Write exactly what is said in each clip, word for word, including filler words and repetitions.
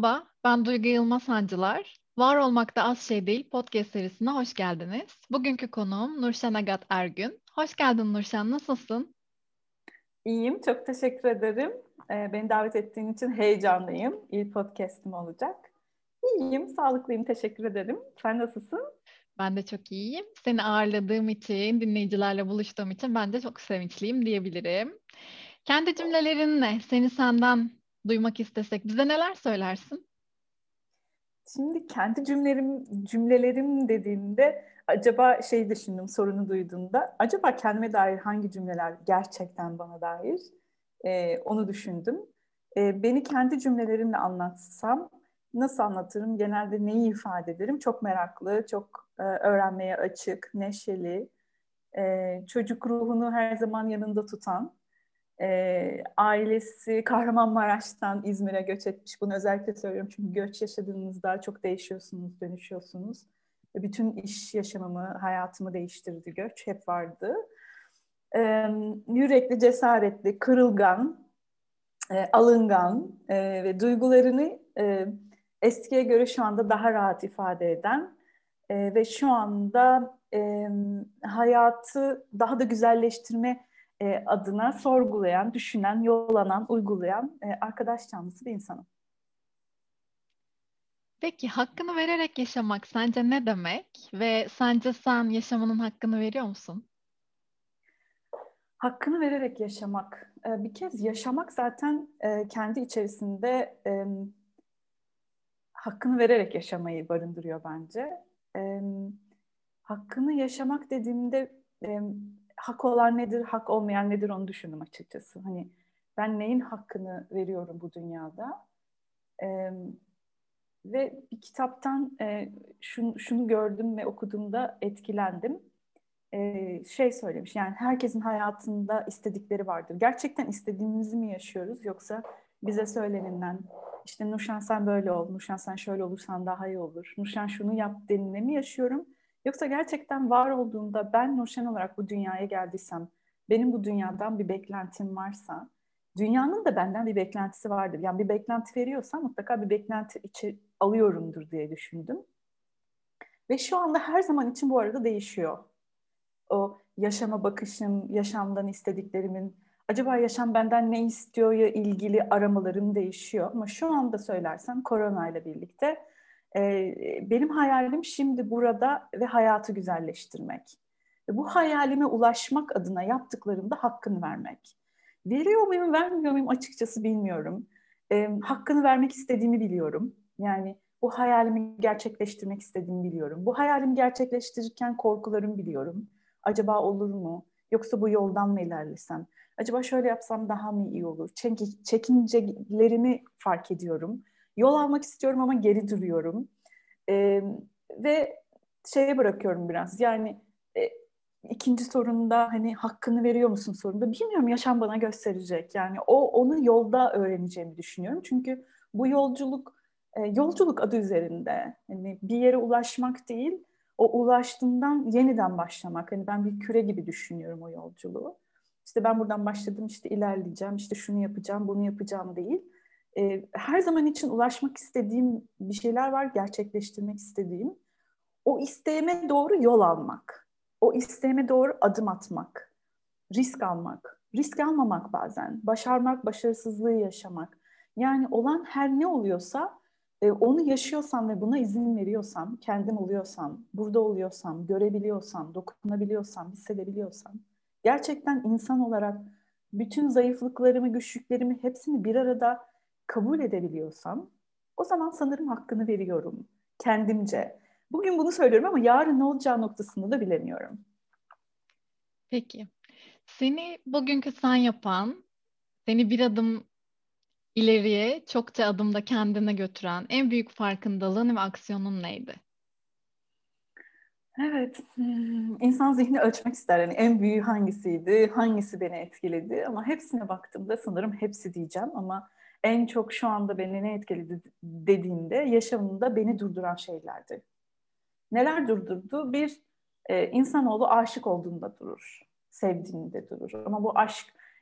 Merhaba, ben Duygu Yılmaz Hancılar. Var Olmak da Az Şey Değil podcast serisine hoş geldiniz. Bugünkü konuğum Nurşen Agat Ergün. Hoş geldin Nurşen, nasılsın? İyiyim, çok teşekkür ederim. Ee, beni davet ettiğin için heyecanlıyım. İlk podcast'im olacak. İyiyim, sağlıklıyım, teşekkür ederim. Sen nasılsın? Ben de çok iyiyim. Seni ağırladığım için, dinleyicilerle buluştuğum için ben de çok sevinçliyim diyebilirim. Kendi cümlelerinle seni senden duymak istesek bize neler söylersin? Şimdi kendi cümlelerim, cümlelerim dediğimde acaba şey düşündüm sorunu duyduğumda. Acaba kendime dair hangi cümleler gerçekten bana dair? Ee, onu düşündüm. Ee, beni kendi cümlelerimle anlatsam nasıl anlatırım? Genelde neyi ifade ederim? Çok meraklı, çok e, öğrenmeye açık, neşeli, e, çocuk ruhunu her zaman yanında tutan, e, ailesi Kahramanmaraş'tan İzmir'e göç etmiş. Bunu özellikle söylüyorum çünkü göç yaşadığınızda çok değişiyorsunuz, dönüşüyorsunuz. Ve bütün iş yaşamımı, hayatımı değiştirdi göç, hep vardı. E, Yürekli, cesaretli, kırılgan, e, alıngan e, ve duygularını e, eskiye göre şu anda daha rahat ifade eden e, ve şu anda e, hayatı daha da güzelleştirme e, adına sorgulayan, düşünen, yollanan, uygulayan e, arkadaş canlısı bir insanım. Peki hakkını vererek yaşamak sence ne demek? Ve sence sen yaşamının hakkını veriyor musun? Hakkını vererek yaşamak. E, bir kez yaşamak zaten e, kendi içerisinde e, hakkını vererek yaşamayı barındırıyor bence. E, hakkını yaşamak dediğimde e, hak olan nedir, hak olmayan nedir onu düşündüm açıkçası. Hani ben neyin hakkını veriyorum bu dünyada? E, ve bir kitaptan e, şunu, şunu gördüm ve okuduğumda etkilendim. E, şey söylemiş, yani herkesin hayatında istedikleri vardır. Gerçekten istediğimizi mi yaşıyoruz yoksa bize söylenilen, işte Nurşen sen böyle ol, Nurşen sen şöyle olursan daha iyi olur, Nurşen şunu yap denileni mi yaşıyorum? Yoksa gerçekten var olduğunda ben Nurşen olarak bu dünyaya geldiysem, benim bu dünyadan bir beklentim varsa, dünyanın da benden bir beklentisi vardır. Yani bir beklenti veriyorsam mutlaka bir beklenti içi alıyorumdur diye düşündüm. Ve şu anda her zaman için bu arada değişiyor. O yaşama bakışım, yaşamdan istediklerimin, acaba yaşam benden ne istiyor ya ilgili aramalarım değişiyor. Ama şu anda söylersem koronayla birlikte e, benim hayalim şimdi burada ve hayatı güzelleştirmek. Ve bu hayalime ulaşmak adına yaptıklarımda hakkını vermek. Veriyor muyum, vermiyor muyum açıkçası bilmiyorum. E, hakkını vermek istediğimi biliyorum. Yani bu hayalimi gerçekleştirmek istediğimi biliyorum. Bu hayalimi gerçekleştirirken korkularımı biliyorum. Acaba olur mu? Yoksa bu yoldan mı ilerlesem? Acaba şöyle yapsam daha mı iyi olur? Çünkü çekincelerimi fark ediyorum. Yol almak istiyorum ama geri duruyorum. Ee, ve şeye bırakıyorum biraz. Yani e, ikinci sorunda hani hakkını veriyor musun sorunda bilmiyorum, yaşam bana gösterecek. Yani o onu yolda öğreneceğimi düşünüyorum. Çünkü bu yolculuk e, yolculuk adı üzerinde. Yani bir yere ulaşmak değil, o ulaştığından yeniden başlamak. Hani ben bir küre gibi düşünüyorum o yolculuğu. İşte ben buradan başladım, işte ilerleyeceğim, işte şunu yapacağım, bunu yapacağım değil. Ee, her zaman için ulaşmak istediğim bir şeyler var, gerçekleştirmek istediğim. O isteğime doğru yol almak. O isteğime doğru adım atmak. Risk almak. Risk almamak bazen. Başarmak, başarısızlığı yaşamak. Yani olan her ne oluyorsa e, onu yaşıyorsam ve buna izin veriyorsam, kendim oluyorsam, burada oluyorsam, görebiliyorsam, dokunabiliyorsam, hissedebiliyorsam, gerçekten insan olarak bütün zayıflıklarımı, güçlüklerimi hepsini bir arada kabul edebiliyorsam, o zaman sanırım hakkını veriyorum kendimce. Bugün bunu söylüyorum ama yarın ne olacağı noktasını da bilemiyorum. Peki, seni bugünkü sen yapan, seni bir adım ileriye, çokça adımda kendine götüren en büyük farkındalığın ve aksiyonun neydi? Evet, hmm, insan zihni ölçmek ister. Yani en büyüğü hangisiydi, hangisi beni etkiledi ama hepsine baktığımda sanırım hepsi diyeceğim ama en çok şu anda beni ne etkiledi dediğimde yaşamımda beni durduran şeylerdi. Neler durdurdu? Bir, e, insanoğlu aşık olduğunda durur, sevdiğinde durur ama bu aşk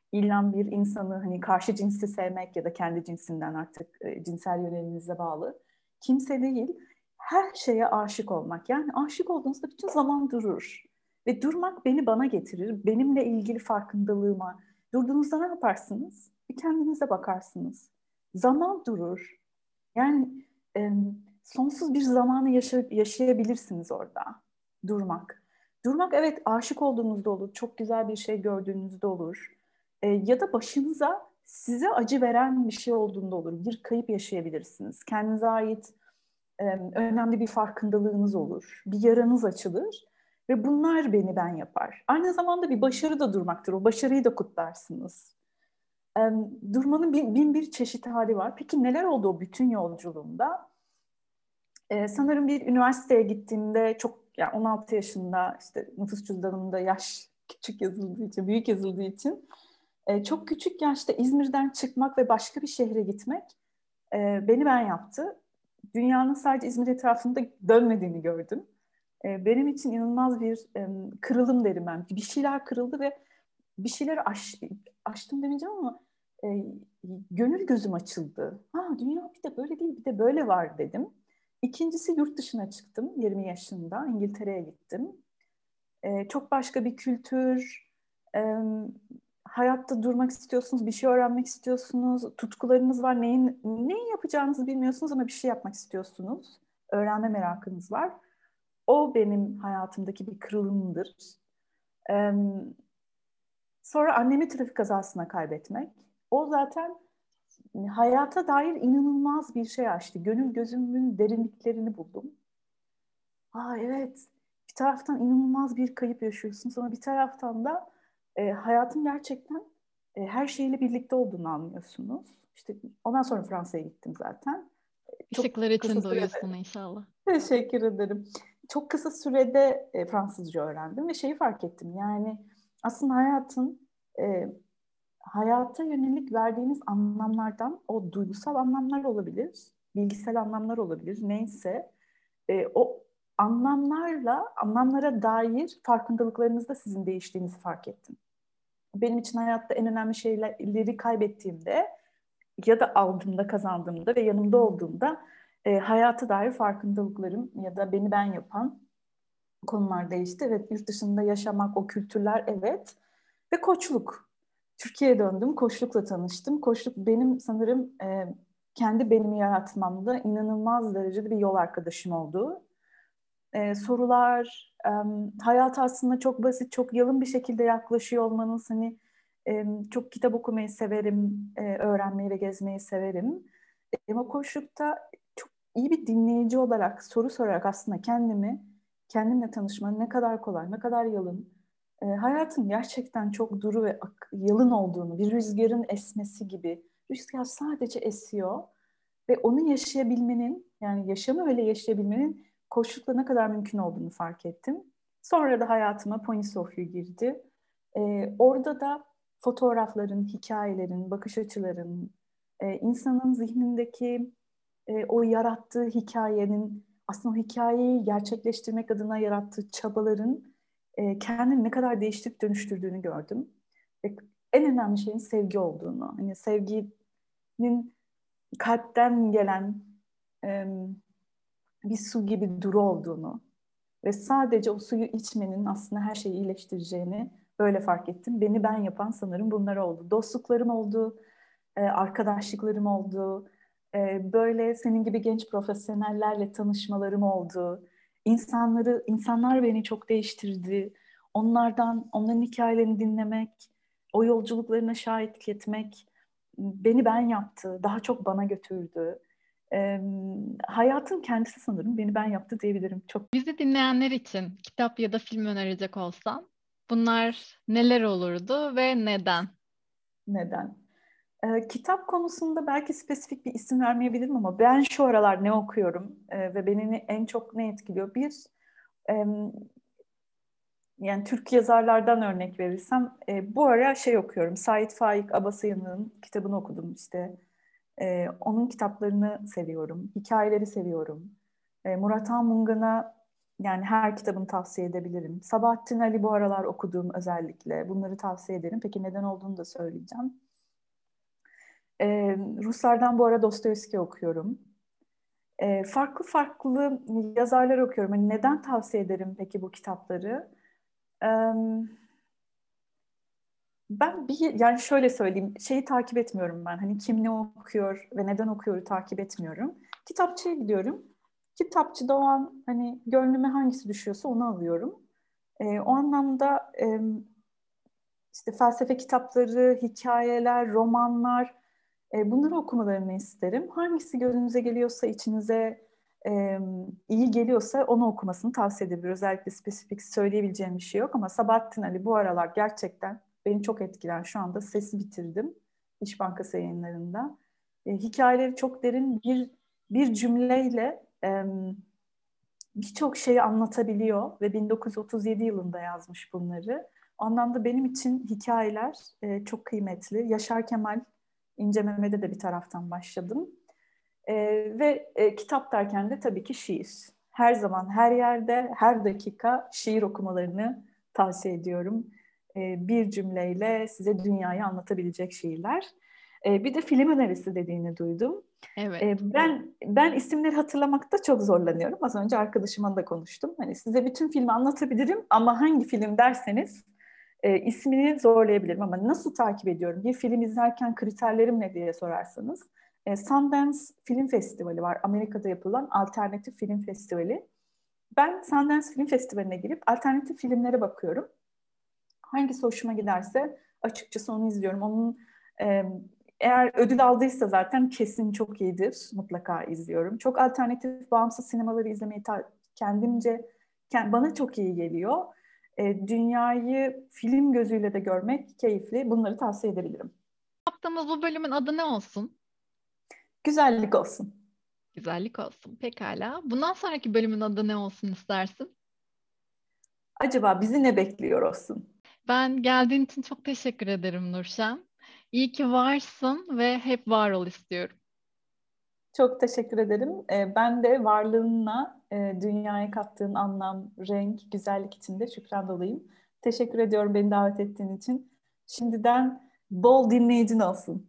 İlla bir insanı hani karşı cinsi sevmek ya da kendi cinsinden artık e, cinsel yöneliminize bağlı kimse değil. Her şeye aşık olmak. Yani aşık olduğunuzda bütün zaman durur. Ve durmak beni bana getirir. Benimle ilgili farkındalığıma. Durduğunuzda ne yaparsınız? Bir kendinize bakarsınız. Zaman durur. Yani e, sonsuz bir zamanı yaşa- yaşayabilirsiniz orada. Durmak. Durmak evet aşık olduğunuzda olur. Çok güzel bir şey gördüğünüzde olur. E, ya da başınıza size acı veren bir şey olduğunda olur. Bir kayıp yaşayabilirsiniz. Kendinize ait e, önemli bir farkındalığınız olur. Bir yaranız açılır. Ve bunlar beni ben yapar. Aynı zamanda bir başarı da durmaktır. O başarıyı da kutlarsınız. E, durmanın bin, bin bir çeşit hali var. Peki neler oldu o bütün yolculuğumda? E, sanırım bir üniversiteye gittiğimde çok yani on altı yaşında işte nüfus cüzdanımda yaş küçük yazıldığı için, büyük yazıldığı için e, çok küçük yaşta İzmir'den çıkmak ve başka bir şehre gitmek e, beni ben yaptı. Dünyanın sadece İzmir etrafında dönmediğini gördüm. E, benim için inanılmaz bir e, kırılım derim ben. Bir şeyler kırıldı ve bir şeyler aş, aştım demeyeceğim ama e, gönül gözüm açıldı. Ha, dünya bir de böyle değil, bir de böyle var dedim. İkincisi yurt dışına çıktım yirmi yaşında. İngiltere'ye gittim. E, çok başka bir kültür, e, hayatta durmak istiyorsunuz, bir şey öğrenmek istiyorsunuz, tutkularınız var, neyin, neyi yapacağınızı bilmiyorsunuz ama bir şey yapmak istiyorsunuz. Öğrenme merakınız var. O benim hayatımdaki bir kırılımdır. E, Sonra annemi trafik kazasına kaybetmek. O zaten hayata dair inanılmaz bir şey açtı. Gönül gözümün derinliklerini buldum. Aa evet, bir taraftan inanılmaz bir kayıp yaşıyorsun. Sonra bir taraftan da e, hayatın gerçekten e, her şeyle birlikte olduğunu anlıyorsunuz. İşte ondan sonra Fransa'ya gittim zaten. Çok Işıklar kısa içinde sürede. uyusun inşallah. Teşekkür ederim. Çok kısa sürede e, Fransızca öğrendim ve şeyi fark ettim. Yani aslında hayatın e, hayata yönelik verdiğiniz anlamlardan o duygusal anlamlar olabilir, bilgisel anlamlar olabilir, neyse e, o anlamlarla, anlamlara dair farkındalıklarınızda sizin değiştiğinizi fark ettim. Benim için hayatta en önemli şeyleri kaybettiğimde ya da aldığımda, kazandığımda ve yanımda olduğumda e, hayata dair farkındalıklarım ya da beni ben yapan konular değişti. Evet, yurt dışında yaşamak, o kültürler evet. Ve koçluk. Türkiye'ye döndüm, koçlukla tanıştım. Koçluk benim sanırım e, kendi benimi yaratmamda inanılmaz derecede bir yol arkadaşım oldu. E, sorular, e, hayat aslında çok basit, çok yalın bir şekilde yaklaşıyor olmanız. Hani e, çok kitap okumayı severim, e, öğrenmeyi ve gezmeyi severim. E, ama koçlukta çok iyi bir dinleyici olarak, soru sorarak aslında kendimi, kendimle tanışmanın ne kadar kolay, ne kadar yalın, e, hayatın gerçekten çok duru ve ak- yalın olduğunu, bir rüzgarın esmesi gibi. Rüzgar sadece esiyor ve onu yaşayabilmenin, yani yaşamı öyle yaşayabilmenin koçlukla ne kadar mümkün olduğunu fark ettim. Sonra da hayatıma Points of View girdi. Ee, orada da fotoğrafların, hikayelerin, bakış açıların, e, insanın zihnindeki e, o yarattığı hikayenin, aslında o hikayeyi gerçekleştirmek adına yarattığı çabaların e, kendini ne kadar değiştirip dönüştürdüğünü gördüm. Ve en önemli şeyin sevgi olduğunu, hani sevginin kalpten gelen e, bir su gibi duru olduğunu ve sadece o suyu içmenin aslında her şeyi iyileştireceğini böyle fark ettim. Beni ben yapan sanırım bunlar oldu. Dostluklarım oldu, e, arkadaşlıklarım oldu, e, böyle senin gibi genç profesyonellerle tanışmalarım oldu. İnsanları, insanlar beni çok değiştirdi. Onlardan, onların hikayelerini dinlemek, o yolculuklarına şahitlik etmek beni ben yaptı, daha çok bana götürdü. Ee, hayatın kendisi sanırım beni ben yaptı diyebilirim. Çok Bizi dinleyenler için kitap ya da film önerecek olsan bunlar neler olurdu ve neden? neden? Ee, kitap konusunda belki spesifik bir isim vermeyebilirim ama ben şu aralar ne okuyorum e, ve beni ne- en çok ne etkiliyor? Bir, e, yani Türk yazarlardan örnek verirsem e, bu ara şey okuyorum. Sait Faik Abasıyanık'ın kitabını okudum işte. E, onun kitaplarını seviyorum. Hikayeleri seviyorum. E, Murat Han Mungan'a Yani her kitabını tavsiye edebilirim. Sabahattin Ali bu aralar okuduğum özellikle. Bunları tavsiye ederim. Peki neden olduğunu da söyleyeceğim. Ee, Ruslardan bu ara Dostoyevski okuyorum. Ee, farklı farklı yazarlar okuyorum. Hani neden tavsiye ederim peki bu kitapları? Ee, Ben bir yani şöyle söyleyeyim, şeyi takip etmiyorum ben. Hani kim ne okuyor ve neden okuyoru takip etmiyorum. Kitapçıya gidiyorum. Kitapçıda o an hani gönlüme hangisi düşüyorsa onu alıyorum. Ee, o anlamda e, işte felsefe kitapları, hikayeler, romanlar, e, bunları okumalarını isterim. Hangisi gözünüze geliyorsa, içinize e, iyi geliyorsa onu okumasını tavsiye ederim. Özellikle spesifik söyleyebileceğim bir şey yok ama Sabahattin Ali bu aralar gerçekten beni çok etkilen. Şu anda Ses'i bitirdim İş Bankası yayınlarında. E, hikayeleri çok derin, bir bir cümleyle e, birçok şeyi anlatabiliyor ve bin dokuz yüz otuz yedi yılında yazmış bunları. O anlamda benim için hikayeler e, çok kıymetli. Yaşar Kemal İnce Mehmet'e de bir taraftan başladım. E, ve e, kitap derken de tabii ki şiir. Her zaman, her yerde, her dakika şiir okumalarını tavsiye ediyorum. E, bir cümleyle size dünyayı anlatabilecek şiirler. E, bir de film önerisi dediğini duydum. Evet. E, ben ben isimleri hatırlamakta çok zorlanıyorum. Az önce arkadaşımla da konuştum. Hani size bütün filmi anlatabilirim ama hangi film derseniz e, ismini zorlayabilirim. Ama nasıl takip ediyorum? Bir film izlerken kriterlerim ne diye sorarsanız. E, Sundance Film Festivali var. Amerika'da yapılan alternatif film festivali. Ben Sundance Film Festivali'ne girip alternatif filmlere bakıyorum. Hangisi hoşuma giderse açıkçası onu izliyorum. Onun e, eğer ödül aldıysa zaten kesin çok iyidir. Mutlaka izliyorum. Çok alternatif, bağımsız sinemaları izlemeyi ta- kendimce kend, bana çok iyi geliyor. E, dünyayı film gözüyle de görmek keyifli. Bunları tavsiye edebilirim. Yaptığımız bu bölümün adı ne olsun? Güzellik olsun. Güzellik olsun. Pekala. Bundan sonraki bölümün adı ne olsun istersin? Acaba bizi ne bekliyor olsun? Ben geldiğin için çok teşekkür ederim Nurşen. İyi ki varsın ve hep var ol istiyorum. Çok teşekkür ederim. E, ben de varlığınla e, dünyaya kattığın anlam, renk, güzellik için de şükran doluyum. Teşekkür ediyorum beni davet ettiğin için. Şimdiden bol dinleyicin olsun.